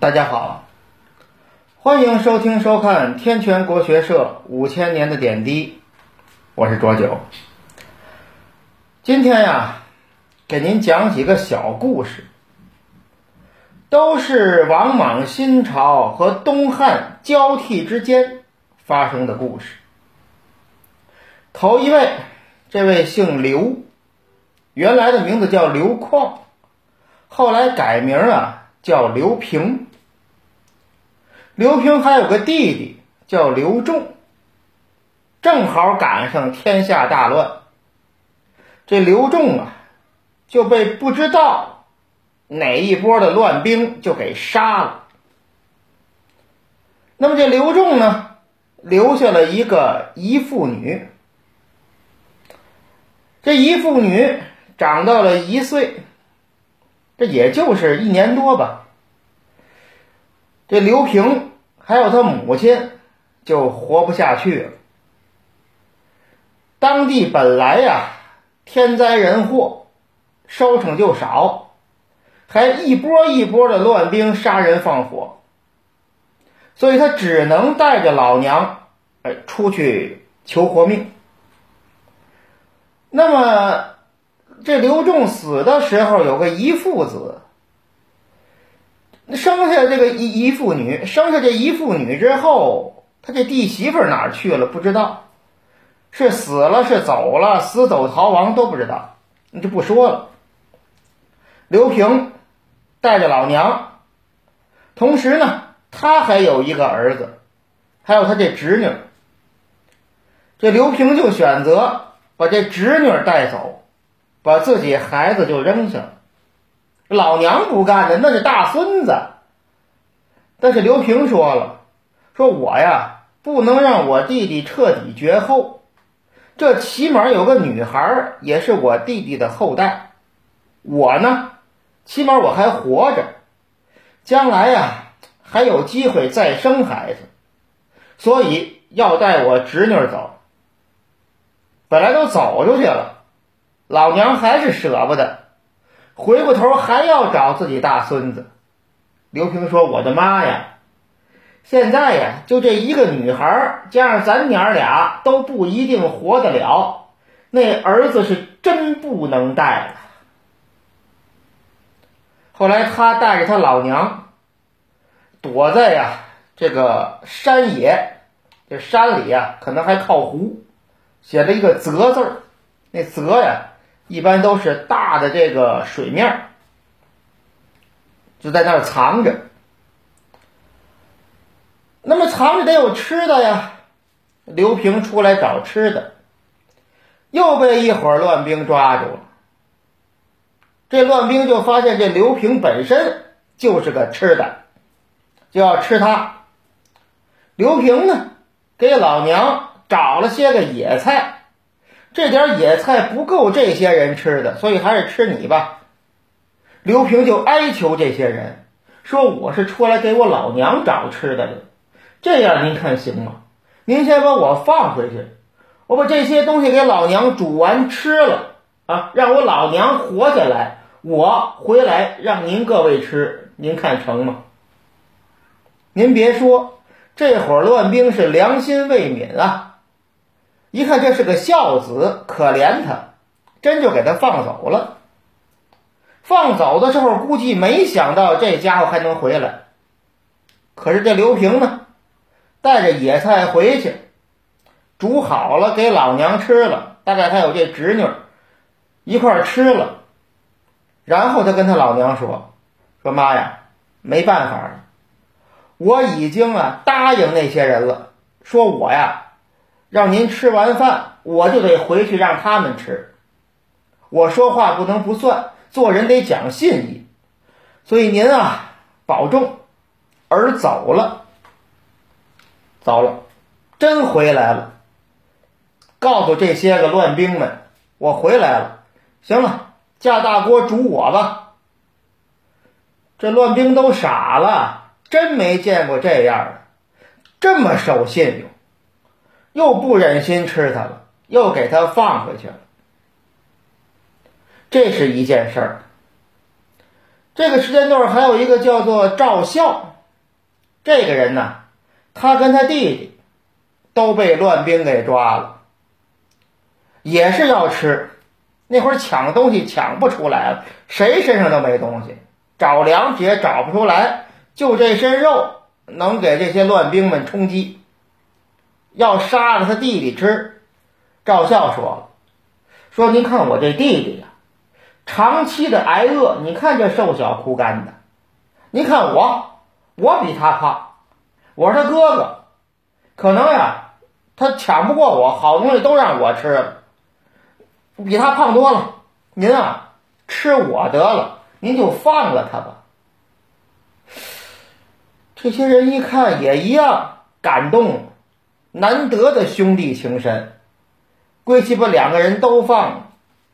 大家好，欢迎收听收看天泉国学社5000年的点滴，我是卓九。今天呀，给您讲几个小故事，都是王莽新朝和东汉交替之间发生的故事。头一位，这位姓刘，原来的名字叫刘旷，后来改名叫刘平。刘平还有个弟弟叫刘仲，正好赶上天下大乱，这刘仲就被不知道哪一波的乱兵就给杀了。那么这刘仲呢，留下了一个遗妇女，这遗妇女长到了1岁，这也就是1年多吧。这刘平还有他母亲就活不下去了。当地本来天灾人祸，收成就少，还一波一波的乱兵杀人放火，所以他只能带着老娘出去求活命。那么这刘仲死的时候有个遗腹子，生下这个遗妇女，生下这遗妇女之后，他这弟媳妇哪儿去了不知道，是死了是走了，死走逃亡都不知道，你就不说了。刘平带着老娘，同时呢他还有一个儿子，还有他这侄女。这刘平就选择把这侄女带走，把自己孩子就扔下了。老娘不干的，那是大孙子。但是刘平说了，说我不能让我弟弟彻底绝后，这起码有个女孩也是我弟弟的后代，我呢起码我还活着，将来还有机会再生孩子，所以要带我侄女走。本来都走出去了，老娘还是舍不得，回过头还要找自己大孙子。刘平说，我的妈呀，现在就这一个女孩，加上咱娘俩都不一定活得了，那儿子是真不能带了。后来他带着他老娘躲在这个山野，这山里可能还靠湖，写了一个泽字，那泽一般都是大的这个水面，就在那儿藏着。那么藏着得有吃的刘平出来找吃的，又被一伙乱兵抓住了。这乱兵就发现这刘平本身就是个吃的，就要吃他。刘平呢给老娘找了些个野菜，这点野菜不够这些人吃的，所以还是吃你吧。刘平就哀求这些人说，我是出来给我老娘找吃的的，这样您看行吗？您先把我放回去，我把这些东西给老娘煮完吃了让我老娘活下来，我回来让您各位吃，您看成吗？您别说，这伙乱兵是良心未泯一看这是个孝子，可怜他，真就给他放走了。放走的时候估计没想到这家伙还能回来，可是这刘平呢带着野菜回去，煮好了给老娘吃了，大概还有这侄女一块吃了。然后他跟他老娘说妈呀，没办法了，我已经答应那些人了，说我让您吃完饭我就得回去让他们吃，我说话不能不算，做人得讲信义，所以您保重。儿走了，真回来了，告诉这些个乱兵们，我回来了，行了，架大锅煮我吧。这乱兵都傻了，真没见过这样的，这么守信用，又不忍心吃他了，又给他放回去了。这是一件事儿。这个时间段还有一个叫做赵孝， 这个人呢，他跟他弟弟都被乱兵给抓了，也是要吃。那会儿抢东西抢不出来了，谁身上都没东西，找粮食也找不出来，就这身肉能给这些乱兵们充饥，要杀了他弟弟吃。赵孝说您看我这弟弟呀，长期的挨饿，你看这瘦小枯干的，您看我比他胖，我是他哥哥，可能呀他抢不过我，好东西都让我吃了，比他胖多了，您啊吃我得了，您就放了他吧。这些人一看也一样感动了，难得的兄弟情深，归去把两个人都放了。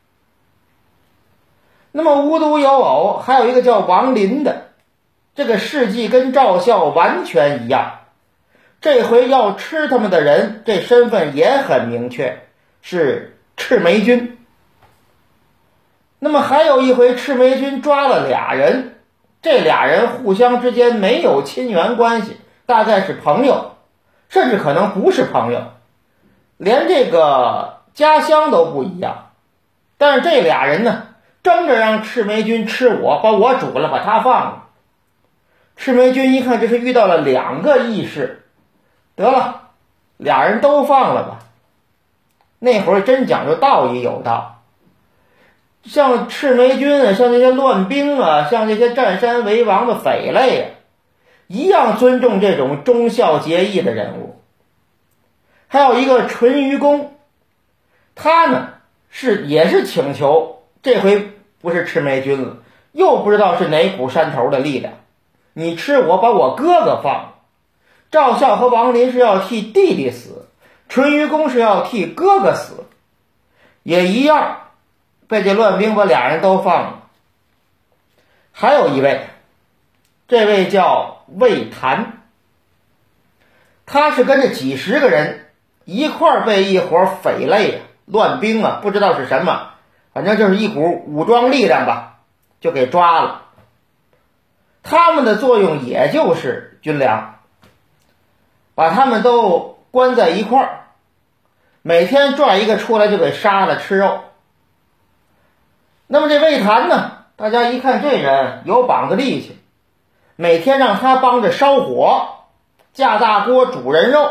那么无独有偶，还有一个叫王林的，这个事迹跟赵孝完全一样，这回要吃他们的人，这身份也很明确，是赤眉军。那么还有一回，赤眉军抓了俩人，这俩人互相之间没有亲缘关系，大概是朋友，甚至可能不是朋友，连这个家乡都不一样。但是这俩人呢，争着让赤眉军吃我，把我煮了，把他放了。赤眉军一看这是遇到了两个义士，得了，俩人都放了吧。那会儿真讲究道义有道，像赤眉军啊，像这些乱兵啊，像这些占山为王的匪类啊，一样尊重这种忠孝节义的人物。还有一个淳于公，他呢也是请求，这回不是赤眉军了，又不知道是哪股山头的力量，你吃我，把我哥哥放了。赵孝和王林是要替弟弟死，淳于公是要替哥哥死，也一样被这乱兵把俩人都放了。还有一位，这位叫魏谭，他是跟着几十个人一块儿被一伙匪类乱兵啊，不知道是什么，反正就是一股武装力量吧，就给抓了。他们的作用也就是军粮，把他们都关在一块儿，每天拽一个出来就给杀了吃肉。那么这魏谭呢，大家一看这人有膀子力气，每天让他帮着烧火，架大锅煮人肉。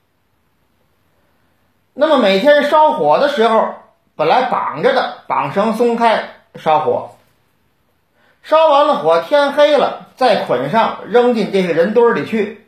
那么每天烧火的时候，本来绑着的，绑绳松开烧火，烧完了火，天黑了再捆上，扔进这个人堆里去。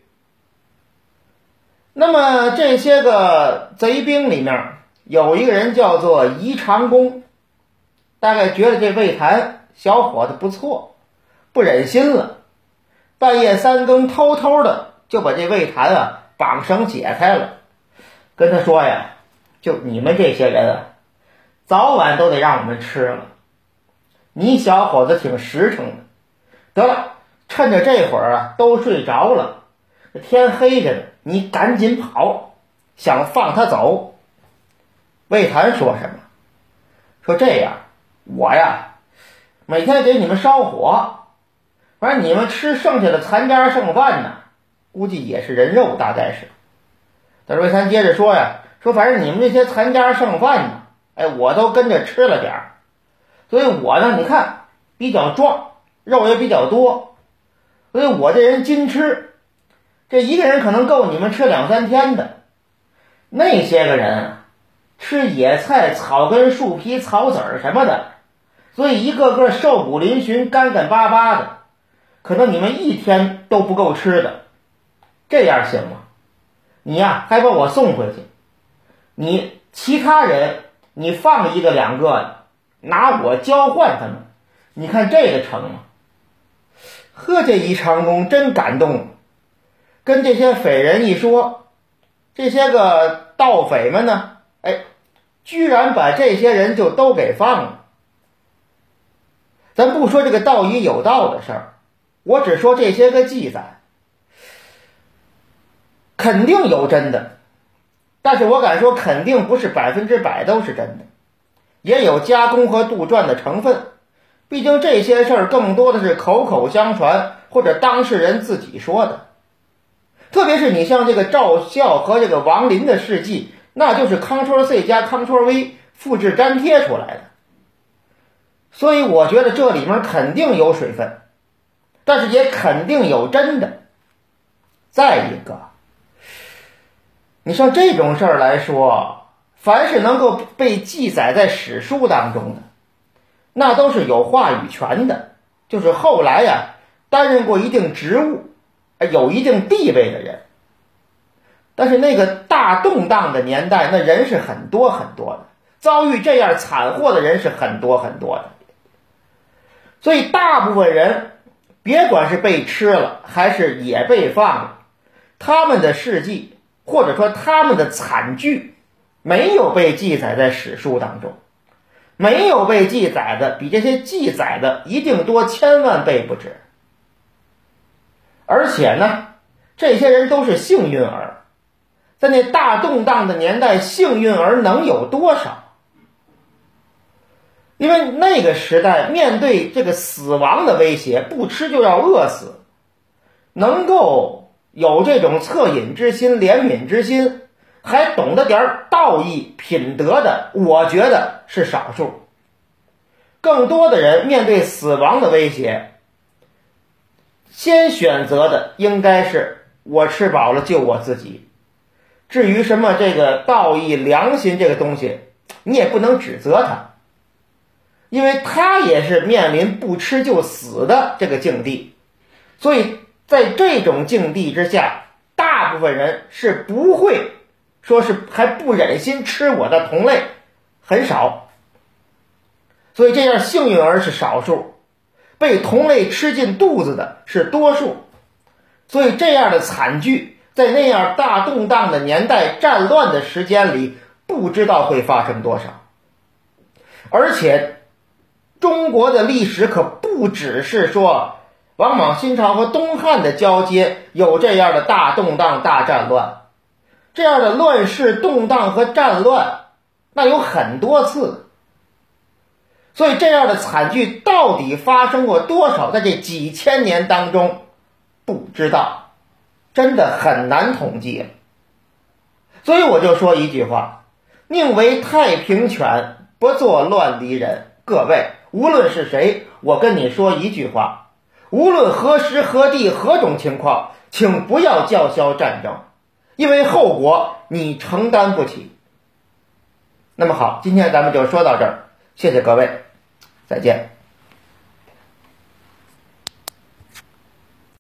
那么这些个贼兵里面有一个人叫做宜长公，大概觉得这魏谭小伙子不错，不忍心了，半夜三更偷偷的就把这魏谭啊绑绳解开了，跟他说呀，就你们这些人啊，早晚都得让我们吃了，你小伙子挺实诚的，得了，趁着这会儿啊都睡着了，天黑着呢，你赶紧跑，想放他走。魏谭说什么？说这样，我呀每天给你们烧火，反正你们吃剩下的残渣剩饭呢，估计也是人肉，大概是。但是魏谭接着说呀，说反正你们这些残渣剩饭呢，我都跟着吃了点儿，所以我呢你看比较壮，肉也比较多，所以我这人精吃，这一个人可能够你们吃2-3天的。那些个人啊，吃野菜、草根、树皮、草籽儿什么的，所以一个个瘦骨嶙峋、干干巴巴的，可能你们一天都不够吃的。这样行吗？你呀还把我送回去，你其他人你放1个2个的，拿我交换他们，你看这个成吗？呵，这宜长公真感动，跟这些匪人一说，这些个盗匪们呢，居然把这些人就都给放了。咱不说这个道义有道的事儿，我只说这些个记载，肯定有真的，但是我敢说肯定不是100%都是真的，也有加工和杜撰的成分。毕竟这些事儿更多的是口口相传，或者当事人自己说的。 特别是你像这个赵孝和这个王林的事迹，那就是 Ctrl+C 加 Ctrl+V 复制粘贴出来的。所以我觉得这里面肯定有水分，但是也肯定有真的。再一个，你像这种事儿来说，凡是能够被记载在史书当中的，那都是有话语权的，就是后来呀担任过一定职务，有一定地位的人。但是那个大动荡的年代，那人是很多很多的，遭遇这样惨祸的人是很多很多的。所以大部分人，别管是被吃了还是也被放了，他们的事迹或者说他们的惨剧没有被记载在史书当中，没有被记载的比这些记载的一定多千万倍不止。而且呢，这些人都是幸运儿，在那大动荡的年代，幸运儿能有多少？因为那个时代面对这个死亡的威胁，不吃就要饿死，能够有这种恻隐之心、怜悯之心，还懂得点道义品德的，我觉得是少数。更多的人面对死亡的威胁，先选择的应该是我吃饱了救我自己。至于什么这个道义良心这个东西，你也不能指责他，因为他也是面临不吃就死的这个境地。所以在这种境地之下，大部分人是不会说是还不忍心吃我的同类，很少。所以这样幸运儿是少数，被同类吃进肚子的是多数。所以这样的惨剧在那样大动荡的年代、战乱的时间里，不知道会发生多少。而且中国的历史可不只是说王莽新朝和东汉的交接有这样的大动荡、大战乱，这样的乱世、动荡和战乱那有很多次。所以这样的惨剧到底发生过多少，在这几千年当中不知道，真的很难统计。所以我就说一句话，宁为太平犬，不做乱离人。各位无论是谁，我跟你说一句话，无论何时何地何种情况，请不要叫嚣战争，因为后果你承担不起。那么好，今天咱们就说到这儿，谢谢各位，再见。